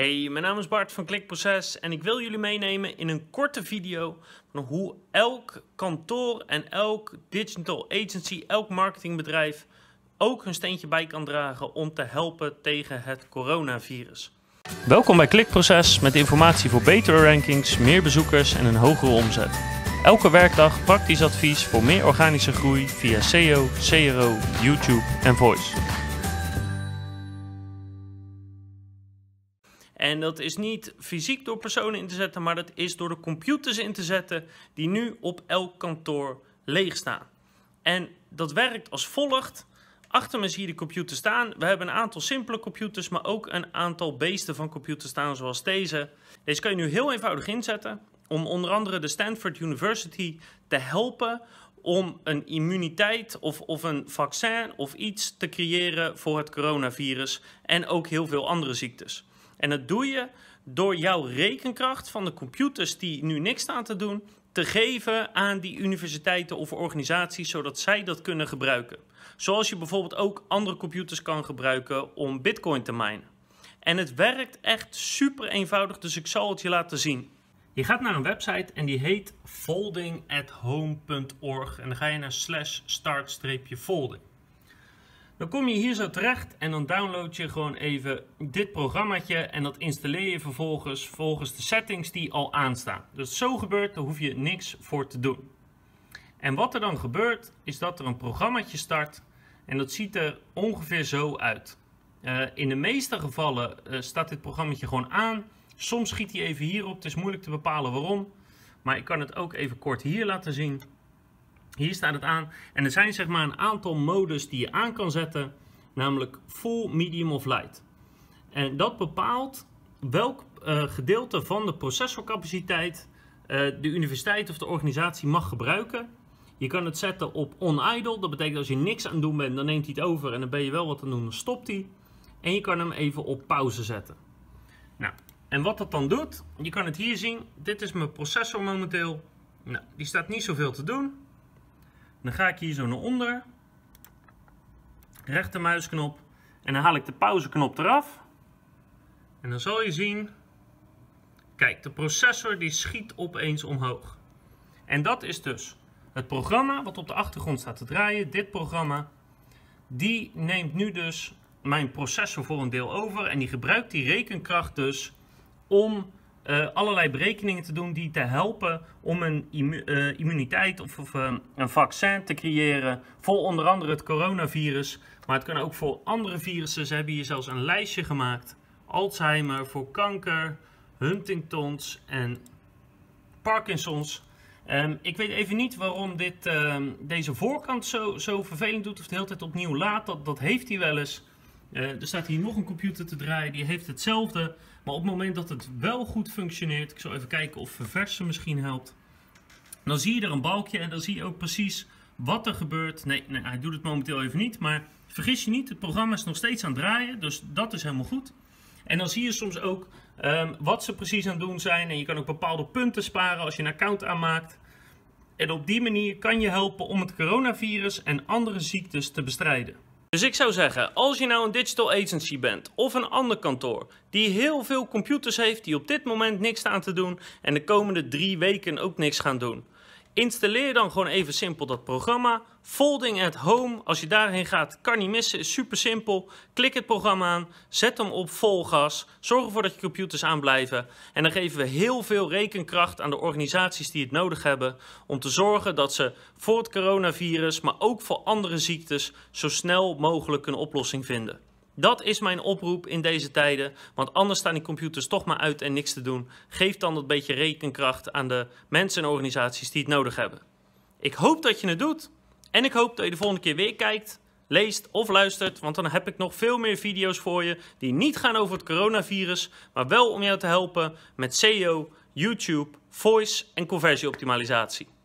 Hey, mijn naam is Bart van Klikproces en ik wil jullie meenemen in een korte video van hoe elk kantoor en elk digital agency, elk marketingbedrijf ook hun steentje bij kan dragen om te helpen tegen het coronavirus. Welkom bij Klikproces met informatie voor betere rankings, meer bezoekers en een hogere omzet. Elke werkdag praktisch advies voor meer organische groei via SEO, CRO, YouTube en Voice. En dat is niet fysiek door personen in te zetten, maar dat is door de computers in te zetten die nu op elk kantoor leeg staan. En dat werkt als volgt. Achter me zie je de computer staan. We hebben een aantal simpele computers, maar ook een aantal beesten van computers staan zoals deze. Deze kan je nu heel eenvoudig inzetten om onder andere de Stanford University te helpen om een immuniteit of een vaccin of iets te creëren voor het coronavirus en ook heel veel andere ziektes. En dat doe je door jouw rekenkracht van de computers die nu niks staan te doen, te geven aan die universiteiten of organisaties, zodat zij dat kunnen gebruiken. Zoals je bijvoorbeeld ook andere computers kan gebruiken om Bitcoin te minen. En het werkt echt super eenvoudig, dus ik zal het je laten zien. Je gaat naar een website en die heet foldingathome.org en dan ga je naar /start-folding. Dan kom je hier zo terecht en dan download je gewoon even dit programmaatje en dat installeer je vervolgens volgens de settings die al aanstaan. Dus als het zo gebeurt, dan hoef je niks voor te doen. En wat er dan gebeurt, is dat er een programmaatje start en dat ziet er ongeveer zo uit. In de meeste gevallen staat dit programmaatje gewoon aan. Soms schiet hij even hierop, het is moeilijk te bepalen waarom. Maar ik kan het ook even kort hier laten zien. Hier staat het aan en er zijn zeg maar een aantal modus die je aan kan zetten, namelijk full, medium of light. En dat bepaalt welk gedeelte van de processorcapaciteit de universiteit of de organisatie mag gebruiken. Je kan het zetten op on-idle, dat betekent als je niks aan het doen bent, dan neemt hij het over en dan ben je wel wat aan het doen, dan stopt hij. En je kan hem even op pauze zetten. Nou, en wat dat dan doet, je kan het hier zien, dit is mijn processor momenteel. Nou, die staat niet zoveel te doen. Dan ga ik hier zo naar onder, rechtermuisknop en dan haal ik de pauzeknop eraf. En dan zal je zien, kijk, de processor die schiet opeens omhoog. En dat is dus het programma wat op de achtergrond staat te draaien, dit programma, die neemt nu dus mijn processor voor een deel over en die gebruikt die rekenkracht dus om allerlei berekeningen te doen die te helpen om een immuniteit of een vaccin te creëren voor onder andere het coronavirus. Maar het kan ook voor andere virussen. Ze hebben hier zelfs een lijstje gemaakt. Alzheimer, voor kanker, Huntingtons en Parkinsons. Ik weet even niet waarom deze voorkant zo vervelend doet of de hele tijd opnieuw laat. Dat heeft hij wel eens. Er staat hier nog een computer te draaien, die heeft hetzelfde. Maar op het moment dat het wel goed functioneert, ik zal even kijken of verversen misschien helpt. Dan zie je er een balkje en dan zie je ook precies wat er gebeurt. Nee, hij doet het momenteel even niet, maar vergis je niet, het programma is nog steeds aan het draaien, dus dat is helemaal goed. En dan zie je soms ook wat ze precies aan het doen zijn en je kan ook bepaalde punten sparen als je een account aanmaakt. En op die manier kan je helpen om het coronavirus en andere ziektes te bestrijden. Dus ik zou zeggen, als je nou een digital agency bent of een ander kantoor die heel veel computers heeft die op dit moment niks staan te doen en de komende 3 weken ook niks gaan doen. Installeer dan gewoon even simpel dat programma. Folding at Home, als je daarheen gaat, kan niet missen, is super simpel. Klik het programma aan, zet hem op vol gas, zorg ervoor dat je computers aanblijven. En dan geven we heel veel rekenkracht aan de organisaties die het nodig hebben om te zorgen dat ze voor het coronavirus, maar ook voor andere ziektes, zo snel mogelijk een oplossing vinden. Dat is mijn oproep in deze tijden, want anders staan die computers toch maar uit en niks te doen. Geef dan dat beetje rekenkracht aan de mensen en organisaties die het nodig hebben. Ik hoop dat je het doet en ik hoop dat je de volgende keer weer kijkt, leest of luistert, want dan heb ik nog veel meer video's voor je die niet gaan over het coronavirus, maar wel om jou te helpen met SEO, YouTube, Voice en conversieoptimalisatie.